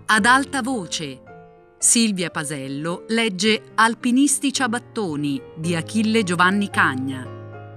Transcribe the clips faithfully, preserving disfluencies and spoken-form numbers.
Ad alta voce, Silvia Pasello legge Alpinisti ciabattoni di Achille Giovanni Cagna.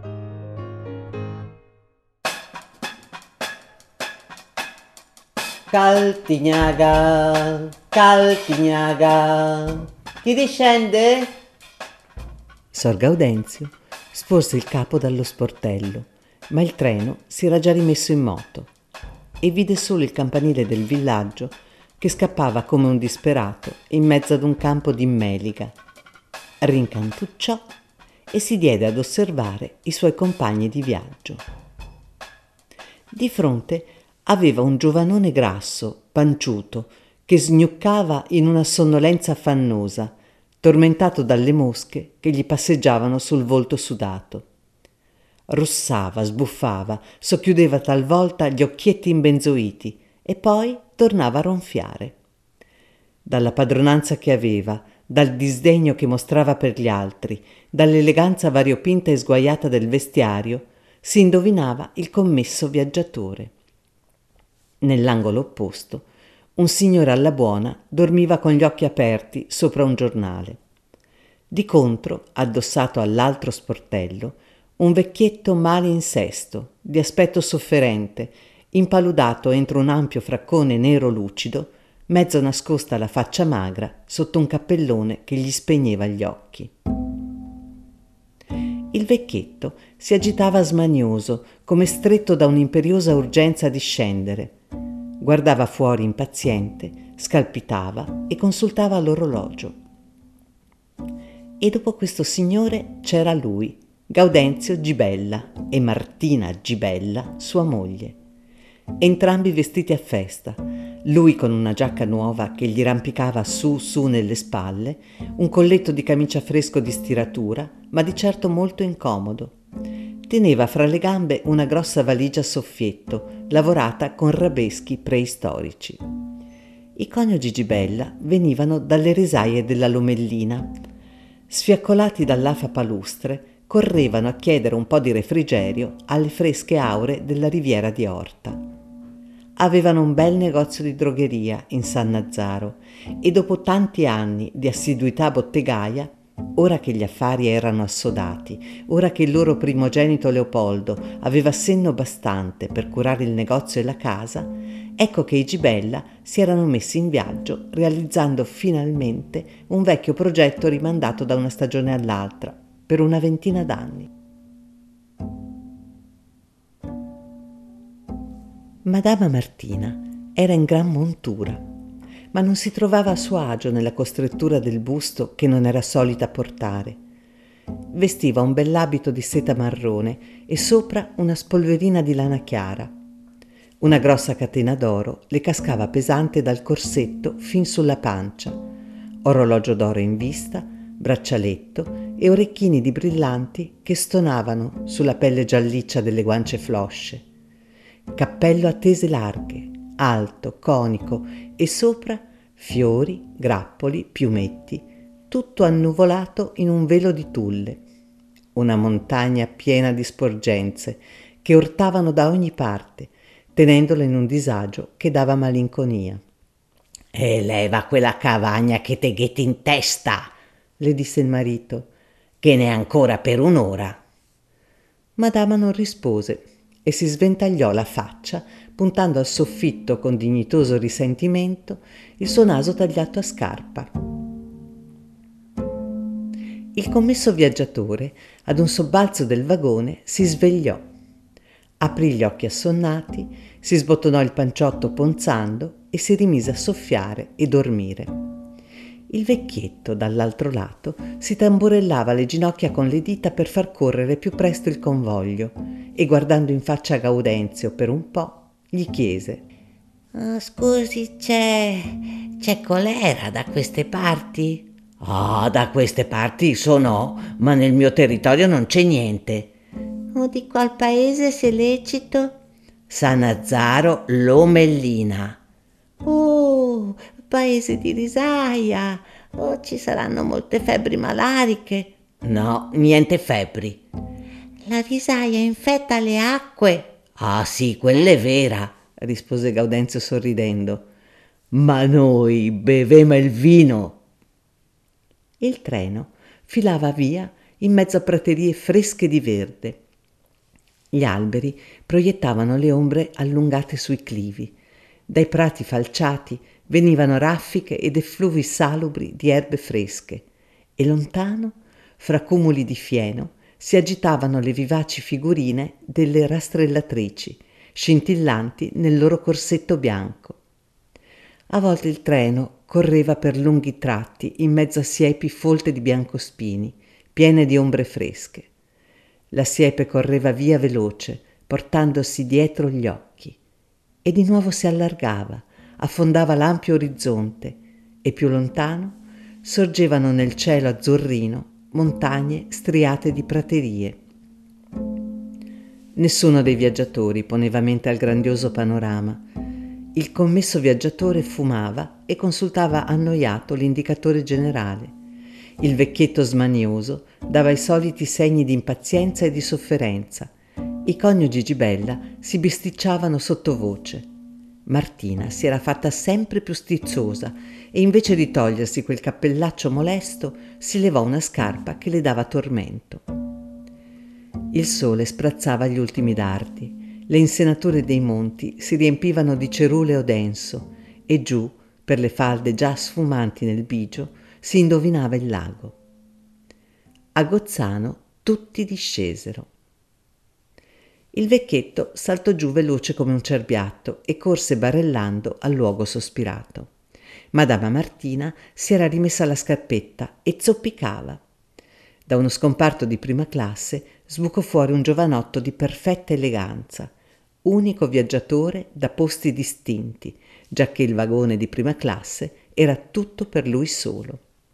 Caltignaga, Caltignaga, chi discende? Sor Gaudenzio sporse il capo dallo sportello, ma il treno si era già rimesso in moto e vide solo il campanile del villaggio che scappava come un disperato in mezzo ad un campo di meliga. Rincantucciò e si diede ad osservare i suoi compagni di viaggio. Di fronte aveva un giovanone grasso, panciuto, che sgnuccava in una sonnolenza affannosa, tormentato dalle mosche che gli passeggiavano sul volto sudato. Russava, sbuffava, socchiudeva talvolta gli occhietti imbenzoiti e poi tornava a ronfiare. Dalla padronanza che aveva, dal disdegno che mostrava per gli altri, dall'eleganza variopinta e sguaiata del vestiario, si indovinava il commesso viaggiatore. Nell'angolo opposto, un signore alla buona dormiva con gli occhi aperti sopra un giornale. Di contro, addossato all'altro sportello, un vecchietto male in sesto, di aspetto sofferente, impaludato entro un ampio fraccone nero lucido, mezzo nascosta la faccia magra sotto un cappellone che gli spegneva gli occhi. Il vecchietto si agitava smanioso, come stretto da un'imperiosa urgenza di scendere. Guardava fuori impaziente, scalpitava e consultava l'orologio. E dopo questo signore c'era lui, Gaudenzio Gibella, e Martina Gibella, sua moglie. Entrambi vestiti a festa, lui con una giacca nuova che gli rampicava su su nelle spalle, un colletto di camicia fresco di stiratura, ma di certo molto incomodo. Teneva fra le gambe una grossa valigia a soffietto, lavorata con rabeschi preistorici. I coniugi Gibella venivano dalle risaie della Lomellina. Sfiaccolati dall'afa palustre, correvano a chiedere un po' di refrigerio alle fresche aure della riviera di Orta. Avevano un bel negozio di drogheria in Sannazzaro e dopo tanti anni di assiduità bottegaia, ora che gli affari erano assodati, ora che il loro primogenito Leopoldo aveva senno bastante per curare il negozio e la casa, ecco che i Gibella si erano messi in viaggio realizzando finalmente un vecchio progetto rimandato da una stagione all'altra per una ventina d'anni. Madama Martina era in gran montura, ma non si trovava a suo agio nella costrettura del busto che non era solita portare. Vestiva un bell'abito di seta marrone e sopra una spolverina di lana chiara. Una grossa catena d'oro le cascava pesante dal corsetto fin sulla pancia, orologio d'oro in vista, braccialetto e orecchini di brillanti che stonavano sulla pelle gialliccia delle guance flosce. Cappello a tese larghe, alto, conico e sopra fiori, grappoli, piumetti, tutto annuvolato in un velo di tulle. Una montagna piena di sporgenze che urtavano da ogni parte, tenendolo in un disagio che dava malinconia. «E leva quella cavagna che te ghetti in testa», le disse il marito, «che n'è ancora per un'ora». Madama non rispose e si sventagliò la faccia, puntando al soffitto con dignitoso risentimento il suo naso tagliato a scarpa. Il commesso viaggiatore, ad un sobbalzo del vagone, si svegliò. Aprì gli occhi assonnati, si sbottonò il panciotto ponzando e si rimise a soffiare e dormire. Il vecchietto, dall'altro lato, si tamburellava le ginocchia con le dita per far correre più presto il convoglio e, guardando in faccia a Gaudenzio per un po', gli chiese: oh, «Scusi, c'è... c'è colera da queste parti?» «Ah, da queste parti so no, ma nel mio territorio non c'è niente». «O di qual paese, se lecito?» «Sannazzaro, Lomellina». «Oh, paese di risaia! Oh, ci saranno molte febbri malariche!» «No, niente febbri». «La risaia infetta le acque?» «Ah sì, quella è vera», rispose Gaudenzio sorridendo. ma noi bevemo il vino. Il treno filava via in mezzo a praterie fresche di verde. Gli alberi proiettavano le ombre allungate sui clivi. Dai prati falciati venivano raffiche ed effluvi salubri di erbe fresche e lontano, fra cumuli di fieno, si agitavano le vivaci figurine delle rastrellatrici, scintillanti nel loro corsetto bianco. A volte il treno correva per lunghi tratti in mezzo a siepi folte di biancospini, piene di ombre fresche. La siepe correva via veloce, portandosi dietro gli occhi, e di nuovo si allargava, affondava l'ampio orizzonte, e più lontano sorgevano nel cielo azzurrino montagne striate di praterie. Nessuno dei viaggiatori poneva mente al grandioso panorama. Il commesso viaggiatore fumava e consultava annoiato l'indicatore generale. Il vecchietto smanioso dava i soliti segni di impazienza e di sofferenza. I coniugi Gibella si bisticciavano sottovoce. Martina si era fatta sempre più stizzosa e invece di togliersi quel cappellaccio molesto si levò una scarpa che le dava tormento. Il sole sprazzava gli ultimi dardi, le insenature dei monti si riempivano di ceruleo denso e giù, per le falde già sfumanti nel bigio, si indovinava il lago. A Gozzano tutti discesero. Il vecchietto saltò giù veloce come un cerbiatto e corse barellando al luogo sospirato. Madama Martina si era rimessa la scarpetta e zoppicava. Da uno scomparto di prima classe sbucò fuori un giovanotto di perfetta eleganza, unico viaggiatore da posti distinti, giacché il vagone di prima classe era tutto per lui solo.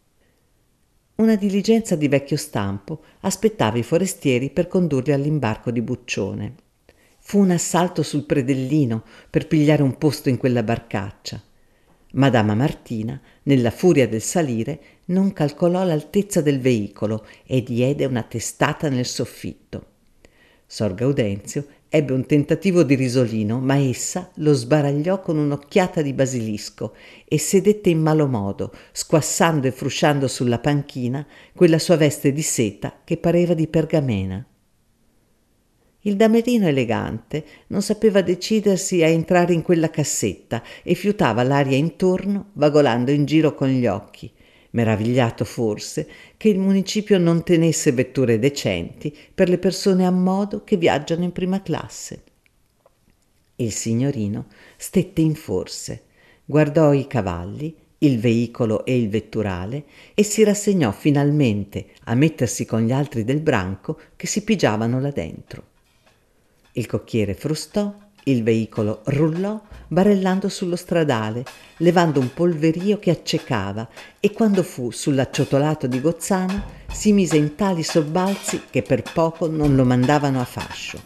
Una diligenza di vecchio stampo aspettava i forestieri per condurli all'imbarco di Buccione. Fu un assalto sul predellino per pigliare un posto in quella barcaccia. Madama Martina, nella furia del salire, non calcolò l'altezza del veicolo e diede una testata nel soffitto. Sor Gaudenzio ebbe un tentativo di risolino, ma essa lo sbaragliò con un'occhiata di basilisco e sedette in malo modo, squassando e frusciando sulla panchina quella sua veste di seta che pareva di pergamena. Il damerino elegante non sapeva decidersi a entrare in quella cassetta e fiutava l'aria intorno, vagolando in giro con gli occhi, meravigliato forse che il municipio non tenesse vetture decenti per le persone a modo che viaggiano in prima classe. Il signorino stette in forse, guardò i cavalli, il veicolo e il vetturale e si rassegnò finalmente a mettersi con gli altri del branco che si pigiavano là dentro. Il cocchiere frustò, il veicolo rullò barellando sullo stradale, levando un polverio che accecava, e quando fu sull'acciottolato di Gozzano si mise in tali sobbalzi che per poco non lo mandavano a fascio.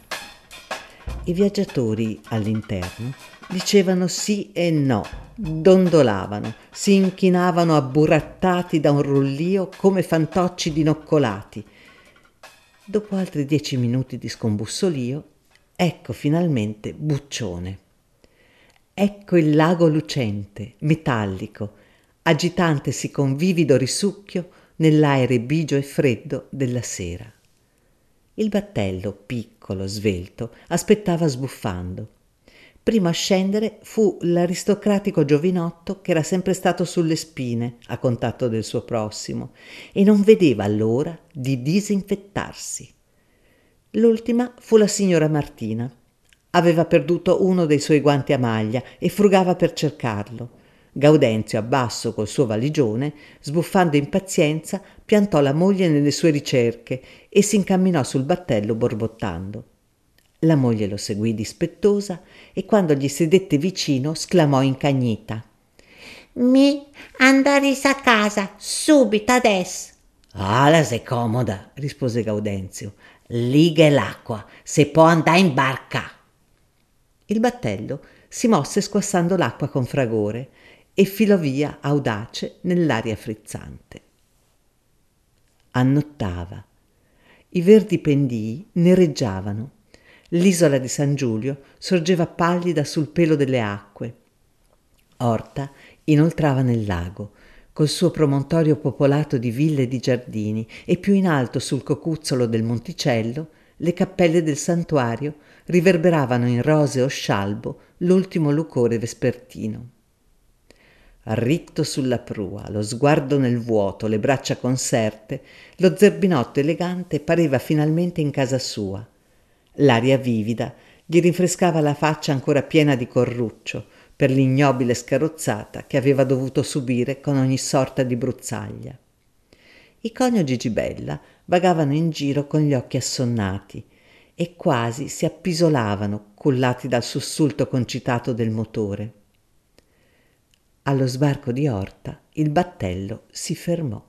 I viaggiatori all'interno dicevano sì e no, dondolavano, si inchinavano abburattati da un rullio come fantocci dinoccolati. Dopo altri dieci minuti di scombussolio, ecco finalmente Buccione. Ecco il lago lucente, metallico, agitantesi con vivido risucchio nell'aere bigio e freddo della sera. Il battello, piccolo, svelto, aspettava sbuffando. Primo a scendere fu l'aristocratico giovinotto che era sempre stato sulle spine a contatto del suo prossimo e non vedeva l'ora di disinfettarsi. L'ultima fu la signora Martina. Aveva perduto uno dei suoi guanti a maglia e frugava per cercarlo. Gaudenzio, abbasso col suo valigione, sbuffando in pazienza, piantò la moglie nelle sue ricerche e si incamminò sul battello borbottando. La moglie lo seguì dispettosa e quando gli sedette vicino sclamò incagnita: Mi andare a casa, subito adesso. Ah, la sei comoda, rispose Gaudenzio. Liga è l'acqua, se può andare in barca. Il battello si mosse squassando l'acqua con fragore e filò via audace nell'aria frizzante. Annottava. I verdi pendii nereggiavano. L'isola di San Giulio sorgeva pallida sul pelo delle acque. Orta inoltrava nel lago, col suo promontorio popolato di ville e di giardini, e più in alto sul cocuzzolo del monticello le cappelle del santuario riverberavano in roseo scialbo l'ultimo lucore vespertino. Ritto sulla prua, lo sguardo nel vuoto, le braccia conserte, lo zerbinotto elegante pareva finalmente in casa sua. L'aria vivida gli rinfrescava la faccia ancora piena di corruccio per l'ignobile scarrozzata che aveva dovuto subire con ogni sorta di bruzzaglia. I coniugi Gibella vagavano in giro con gli occhi assonnati e quasi si appisolavano, cullati dal sussulto concitato del motore. Allo sbarco di Orta il battello si fermò.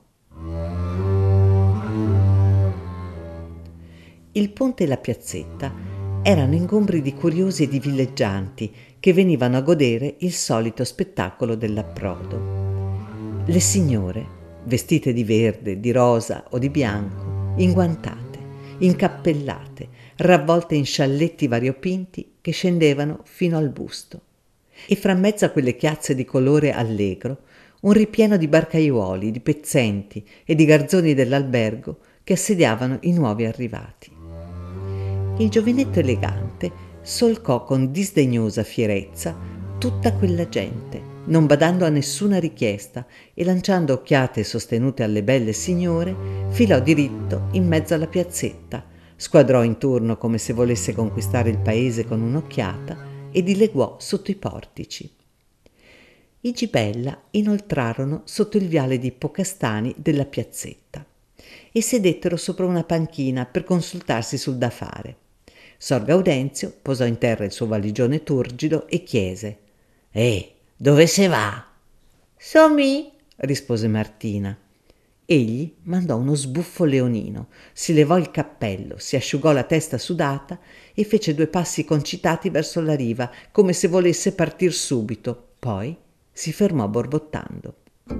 Il ponte e la piazzetta erano ingombri di curiosi e di villeggianti che venivano a godere il solito spettacolo dell'approdo. Le signore, vestite di verde, di rosa o di bianco, inguantate, incappellate, ravvolte in scialletti variopinti che scendevano fino al busto. E fra mezzo a quelle chiazze di colore allegro un ripieno di barcaiuoli, di pezzenti e di garzoni dell'albergo che assediavano i nuovi arrivati. Il giovinetto elegante solcò con disdegnosa fierezza tutta quella gente, non badando a nessuna richiesta, e lanciando occhiate sostenute alle belle signore filò diritto in mezzo alla piazzetta, squadrò intorno come se volesse conquistare il paese con un'occhiata e dileguò sotto i portici. I Gibella inoltrarono sotto il viale di Ippocastani della piazzetta e sedettero sopra una panchina per consultarsi sul da fare. Sor Gaudenzio posò in terra il suo valigione turgido e chiese: «Eh, dove se va?» «So mi», rispose Martina. Egli mandò uno sbuffo leonino, si levò il cappello, si asciugò la testa sudata e fece due passi concitati verso la riva, come se volesse partir subito. Poi si fermò borbottando.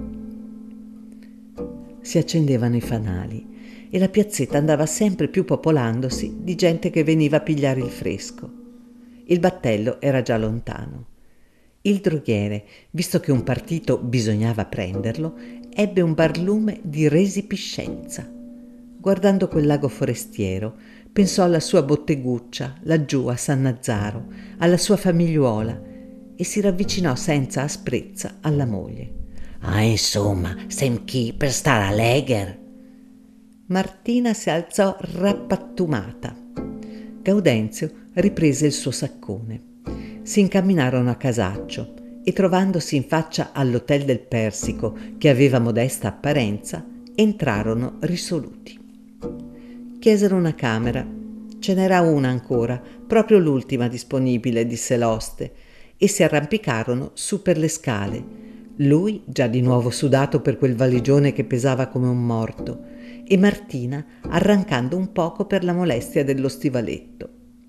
Si accendevano i fanali e la piazzetta andava sempre più popolandosi di gente che veniva a pigliare il fresco. Il battello era già lontano. Il droghiere, visto che un partito bisognava prenderlo, ebbe un barlume di resipiscenza. Guardando quel lago forestiero, pensò alla sua botteguccia laggiù a San Nazzaro, alla sua famigliuola, e si ravvicinò senza asprezza alla moglie. «Ah, insomma, sem chi per stare allegher?» Martina si alzò rappattumata. Gaudenzio riprese il suo saccone. Si incamminarono a casaccio e, trovandosi in faccia all'Hotel del Persico, che aveva modesta apparenza, entrarono risoluti. Chiesero una camera. Ce n'era una ancora, proprio l'ultima disponibile, disse l'oste, e si arrampicarono su per le scale. Lui, già di nuovo sudato per quel valigione che pesava come un morto, e Martina arrancando un poco per la molestia dello stivaletto.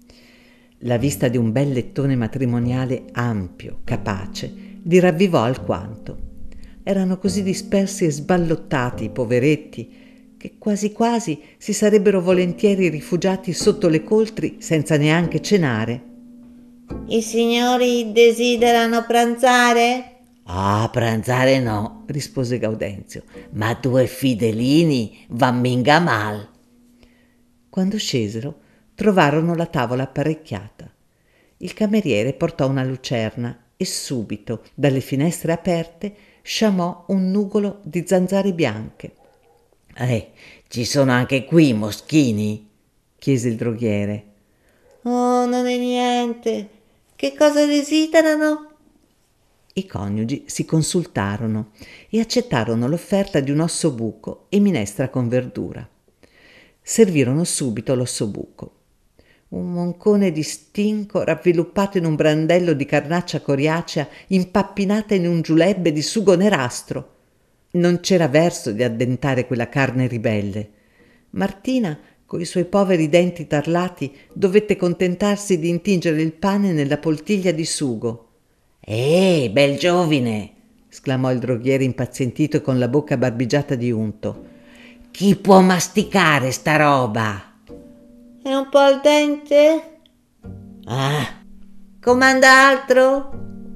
La vista di un bel lettone matrimoniale ampio, capace, li ravvivò alquanto. Erano così dispersi e sballottati i poveretti che quasi quasi si sarebbero volentieri rifugiati sotto le coltri senza neanche cenare. «I signori desiderano pranzare?» «Ah, pranzare no», rispose Gaudenzio, «ma due fidelini van minga mal». Quando scesero, trovarono la tavola apparecchiata. Il cameriere portò una lucerna e subito, dalle finestre aperte, sciamò un nugolo di zanzare bianche. «Eh, ci sono anche qui moschini?» chiese il droghiere. «Oh, non è niente. Che cosa desiderano?» I coniugi si consultarono e accettarono l'offerta di un ossobuco e minestra con verdura. Servirono subito l'ossobuco. Un moncone di stinco ravviluppato in un brandello di carnaccia coriacea impappinata in un giulebbe di sugo nerastro. Non c'era verso di addentare quella carne ribelle. Martina, coi suoi poveri denti tarlati, dovette contentarsi di intingere il pane nella poltiglia di sugo. «Eh, bel giovine!» esclamò il droghiere impazientito e con la bocca barbigiata di unto. «Chi può masticare sta roba?» «È un po' al dente?» «Ah, «Comanda altro?»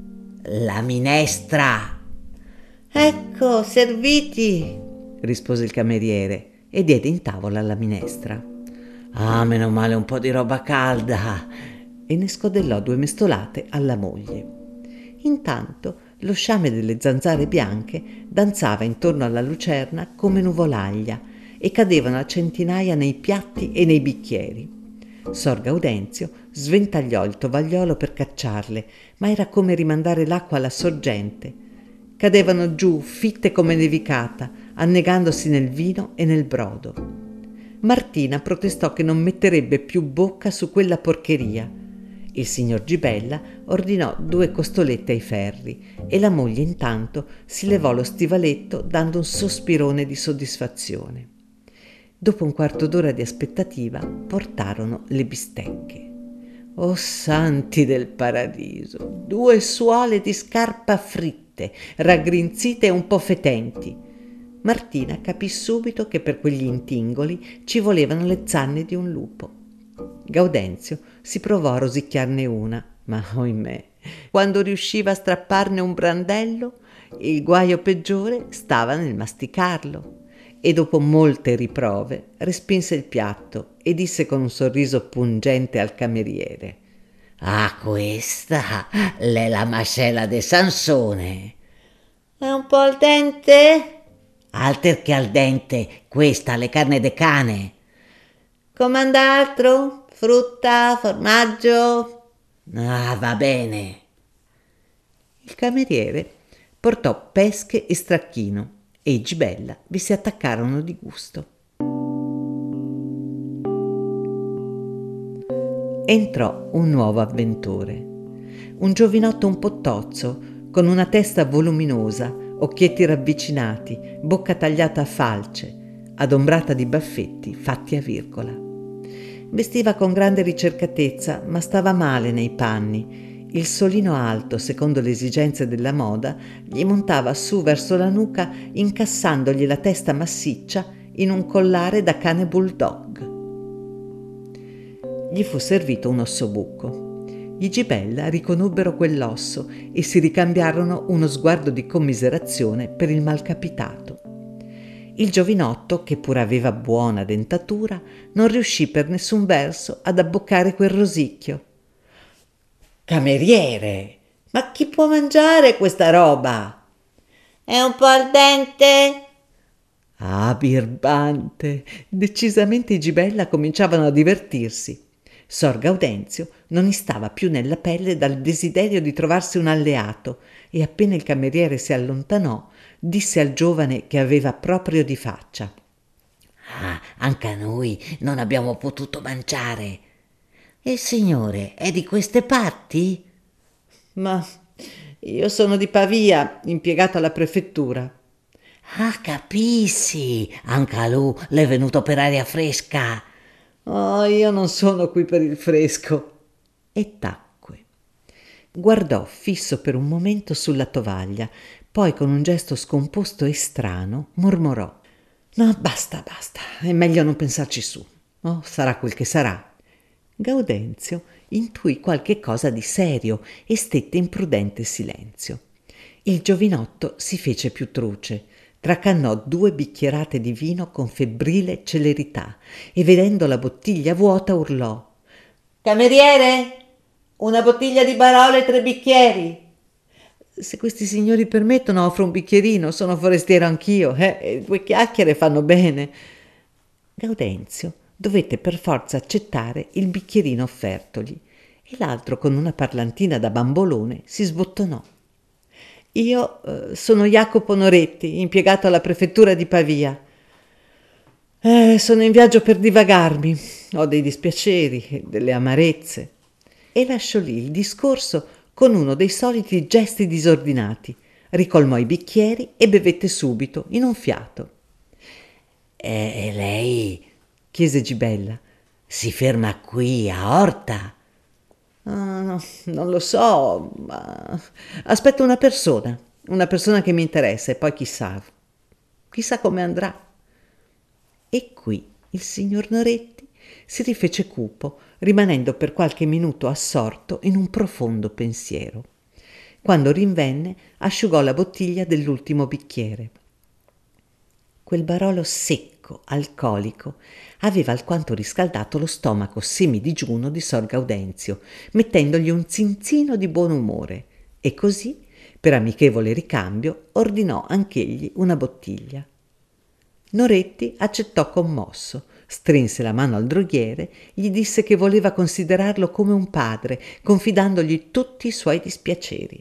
la minestra. Ecco, serviti, rispose il cameriere e diede in tavola la minestra. Ah, meno male un po' di roba calda. E ne scodellò due mestolate alla moglie. Intanto lo sciame delle zanzare bianche danzava intorno alla lucerna come nuvolaglia e cadevano a centinaia nei piatti e nei bicchieri. Sor Gaudenzio sventagliò il tovagliolo per cacciarle, ma era come rimandare l'acqua alla sorgente. Cadevano giù fitte come nevicata, annegandosi nel vino e nel brodo. Martina protestò che non metterebbe più bocca su quella porcheria. Il signor Gibella ordinò due costolette ai ferri e la moglie intanto si levò lo stivaletto dando un sospirone di soddisfazione. Dopo un quarto d'ora di aspettativa portarono le bistecche. Oh santi del paradiso! Due suole di scarpa fritte, raggrinzite e un po' fetenti. Martina capì subito che per quegli intingoli ci volevano le zanne di un lupo. Gaudenzio si provò a rosicchiarne una, ma ohimè, quando riusciva a strapparne un brandello, il guaio peggiore stava nel masticarlo. E dopo molte riprove respinse il piatto e disse con un sorriso pungente al cameriere: Ah, questa è la mascella de Sansone. è un po' al dente? Alter che al dente, questa le carne de cane. Comanda altro? Frutta, formaggio? Ah, va bene. Il cameriere portò pesche e stracchino e i Gibella vi si attaccarono di gusto. Entrò un nuovo avventore, un giovinotto un po' tozzo, con una testa voluminosa, occhietti ravvicinati, bocca tagliata a falce, adombrata di baffetti fatti a virgola. Vestiva con grande ricercatezza, ma stava male nei panni. Il solino alto, secondo le esigenze della moda, gli montava su verso la nuca, incassandogli la testa massiccia in un collare da cane bulldog. Gli fu servito un ossobuco. I Gibella riconobbero quell'osso e si ricambiarono uno sguardo di commiserazione per il malcapitato. Il giovinotto, che pur aveva buona dentatura, non riuscì per nessun verso ad abboccare quel rosicchio. Cameriere, ma chi può mangiare questa roba? È un po' al dente? Ah, birbante! Decisamente i Gibella cominciavano a divertirsi. Sor Gaudenzio non ne stava più nella pelle dal desiderio di trovarsi un alleato e appena il cameriere si allontanò, disse al giovane che aveva proprio di faccia: Ah, anche noi non abbiamo potuto mangiare. E il signore è di queste parti? Ma io sono di Pavia, impiegato alla prefettura. Ah, capissi, anche a lui l'è venuto per aria fresca. Oh, io non sono qui per il fresco. E tacque. Guardò fisso per un momento sulla tovaglia, poi con un gesto scomposto e strano mormorò: no, basta, basta, è meglio non pensarci su. Oh, sarà quel che sarà. Gaudenzio intuì qualche cosa di serio e stette in prudente silenzio. Il giovinotto si fece più truce, tracannò due bicchierate di vino con febbrile celerità e vedendo la bottiglia vuota urlò: Cameriere, una bottiglia di Barolo e tre bicchieri. Se questi signori permettono offro un bicchierino, sono forestiero anch'io, eh? E due chiacchiere fanno bene. Gaudenzio dovette per forza accettare il bicchierino offertogli e l'altro con una parlantina da bambolone si sbottonò. Io eh, sono Jacopo Noretti, impiegato alla prefettura di Pavia. Eh, sono in viaggio per divagarmi, ho dei dispiaceri, delle amarezze. E lasciò lì il discorso con uno dei soliti gesti disordinati, ricolmò i bicchieri e bevette subito, in un fiato. E lei? Chiese Gibella. Si ferma qui a Orta? Ah, no, non lo so, ma aspetto una persona, una persona che mi interessa e poi chissà, chissà come andrà. E qui il signor Noretti si rifece cupo, rimanendo per qualche minuto assorto in un profondo pensiero. Quando rinvenne, asciugò la bottiglia dell'ultimo bicchiere. Quel Barolo secco, alcolico, aveva alquanto riscaldato lo stomaco semidigiuno di Sor Gaudenzio, mettendogli un zinzino di buon umore, e così, per amichevole ricambio, ordinò anch'egli una bottiglia. Noretti accettò commosso, strinse la mano al droghiere, gli disse che voleva considerarlo come un padre, confidandogli tutti i suoi dispiaceri.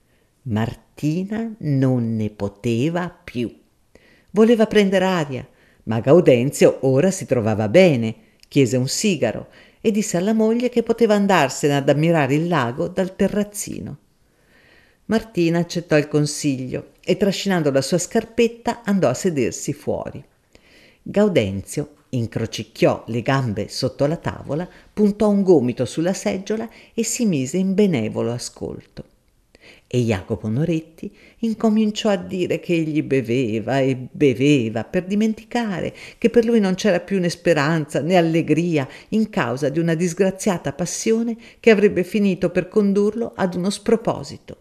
Martina non ne poteva più. Voleva prendere aria, ma Gaudenzio ora si trovava bene, chiese un sigaro e disse alla moglie che poteva andarsene ad ammirare il lago dal terrazzino. Martina accettò il consiglio e, trascinando la sua scarpetta, andò a sedersi fuori. Gaudenzio incrocicchiò le gambe sotto la tavola, puntò un gomito sulla seggiola e si mise in benevolo ascolto. E Jacopo Noretti incominciò a dire che egli beveva e beveva per dimenticare che per lui non c'era più né speranza né allegria in causa di una disgraziata passione che avrebbe finito per condurlo ad uno sproposito.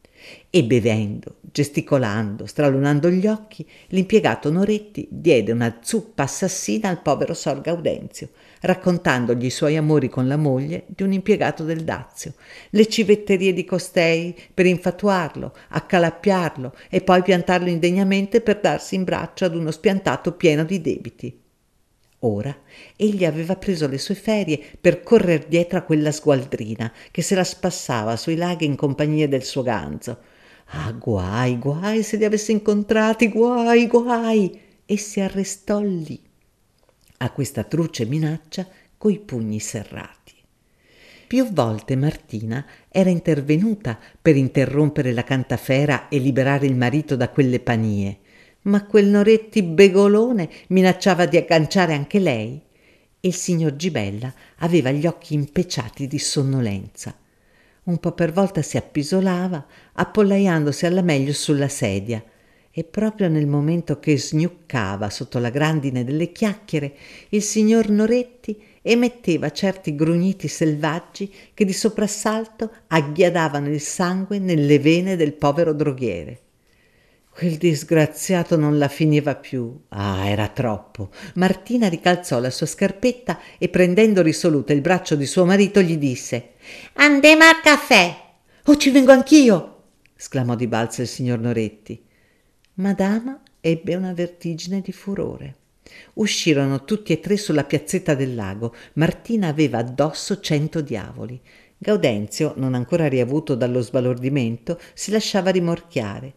E bevendo, gesticolando, stralunando gli occhi, l'impiegato Noretti diede una zuppa assassina al povero Sor Gaudenzio, raccontandogli i suoi amori con la moglie di un impiegato del Dazio, le civetterie di costei per infatuarlo, accalappiarlo e poi piantarlo indegnamente per darsi in braccio ad uno spiantato pieno di debiti. Ora egli aveva preso le sue ferie per correr dietro a quella sgualdrina che se la spassava sui laghi in compagnia del suo ganzo. Ah, guai, guai se li avesse incontrati, guai, guai! E si arrestò lì, a questa truce minaccia coi pugni serrati. Più volte Martina era intervenuta per interrompere la cantafera e liberare il marito da quelle panie, ma quel Noretti begolone minacciava di agganciare anche lei e il signor Gibella aveva gli occhi impeciati di sonnolenza. Un po' per volta si appisolava, appollaiandosi alla meglio sulla sedia, e proprio nel momento che sgnuccava sotto la grandine delle chiacchiere, il signor Noretti emetteva certi grugniti selvaggi che di soprassalto agghiadavano il sangue nelle vene del povero droghiere. Quel disgraziato non la finiva più. Ah, era troppo. Martina ricalzò la sua scarpetta e, prendendo risoluta il braccio di suo marito, gli disse: «Andiamo al caffè!» «Oh, ci vengo anch'io!» esclamò di balzo il signor Noretti. Madama ebbe una vertigine di furore. Uscirono tutti e tre sulla piazzetta del lago. Martina aveva addosso cento diavoli. Gaudenzio, non ancora riavuto dallo sbalordimento, si lasciava rimorchiare.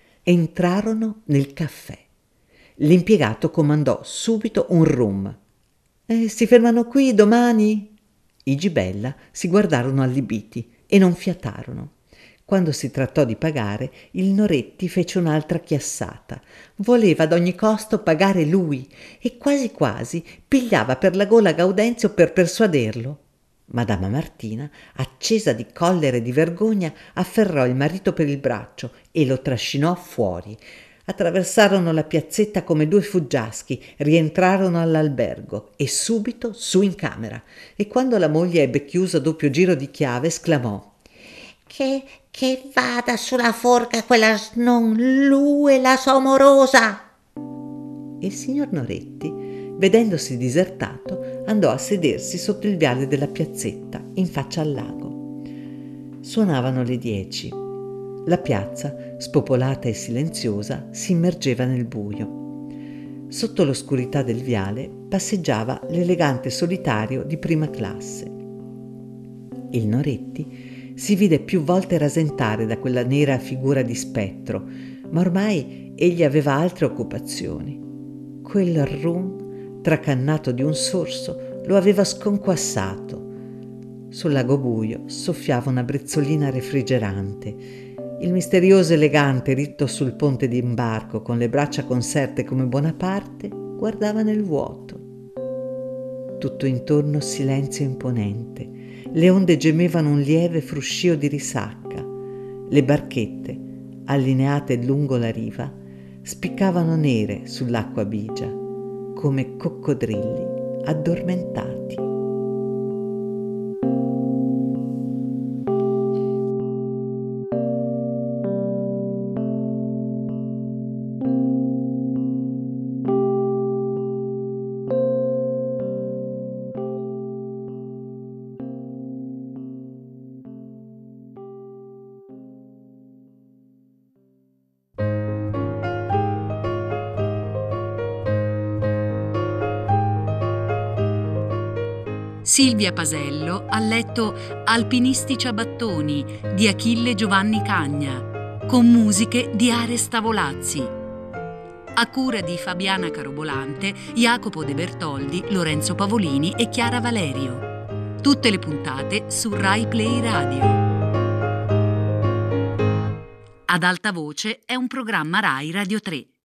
Entrarono nel caffè. L'impiegato comandò subito un rum. Eh, si fermano qui domani? I Gibella si guardarono allibiti e non fiatarono. Quando si trattò di pagare, il Noretti fece un'altra chiassata. Voleva ad ogni costo pagare lui e quasi quasi pigliava per la gola Gaudenzio per persuaderlo. Madama Martina, accesa di collera e di vergogna, afferrò il marito per il braccio e lo trascinò fuori. Attraversarono la piazzetta come due fuggiaschi, rientrarono all'albergo e subito su in camera. E quando la moglie ebbe chiuso doppio giro di chiave, esclamò: Che, che vada sulla forca quella snonlue la sua amorosa! E il signor Noretti, vedendosi disertato, andò a sedersi sotto il viale della piazzetta, in faccia al lago. Suonavano le dieci. La piazza, spopolata e silenziosa, si immergeva nel buio. Sotto l'oscurità del viale passeggiava l'elegante solitario di prima classe. Il Noretti si vide più volte rasentare da quella nera figura di spettro, ma ormai egli aveva altre occupazioni. Quel rum tracannato di un sorso lo aveva sconquassato. Sul lago buio soffiava una brezzolina refrigerante. Il misterioso elegante ritto sul ponte d'imbarco, con le braccia conserte come Bonaparte, guardava nel vuoto. Tutto intorno silenzio imponente. Le onde gemevano un lieve fruscio di risacca. Le barchette, allineate lungo la riva, spiccavano nere sull'acqua bigia, come coccodrilli addormentati. Silvia Pasello ha letto Alpinisti ciabattoni di Achille Giovanni Cagna, con musiche di Ares Tavolazzi. A cura di Fabiana Carobolante, Jacopo De Bertoldi, Lorenzo Pavolini e Chiara Valerio. Tutte le puntate su Rai Play Radio. Ad alta voce è un programma Rai Radio tre.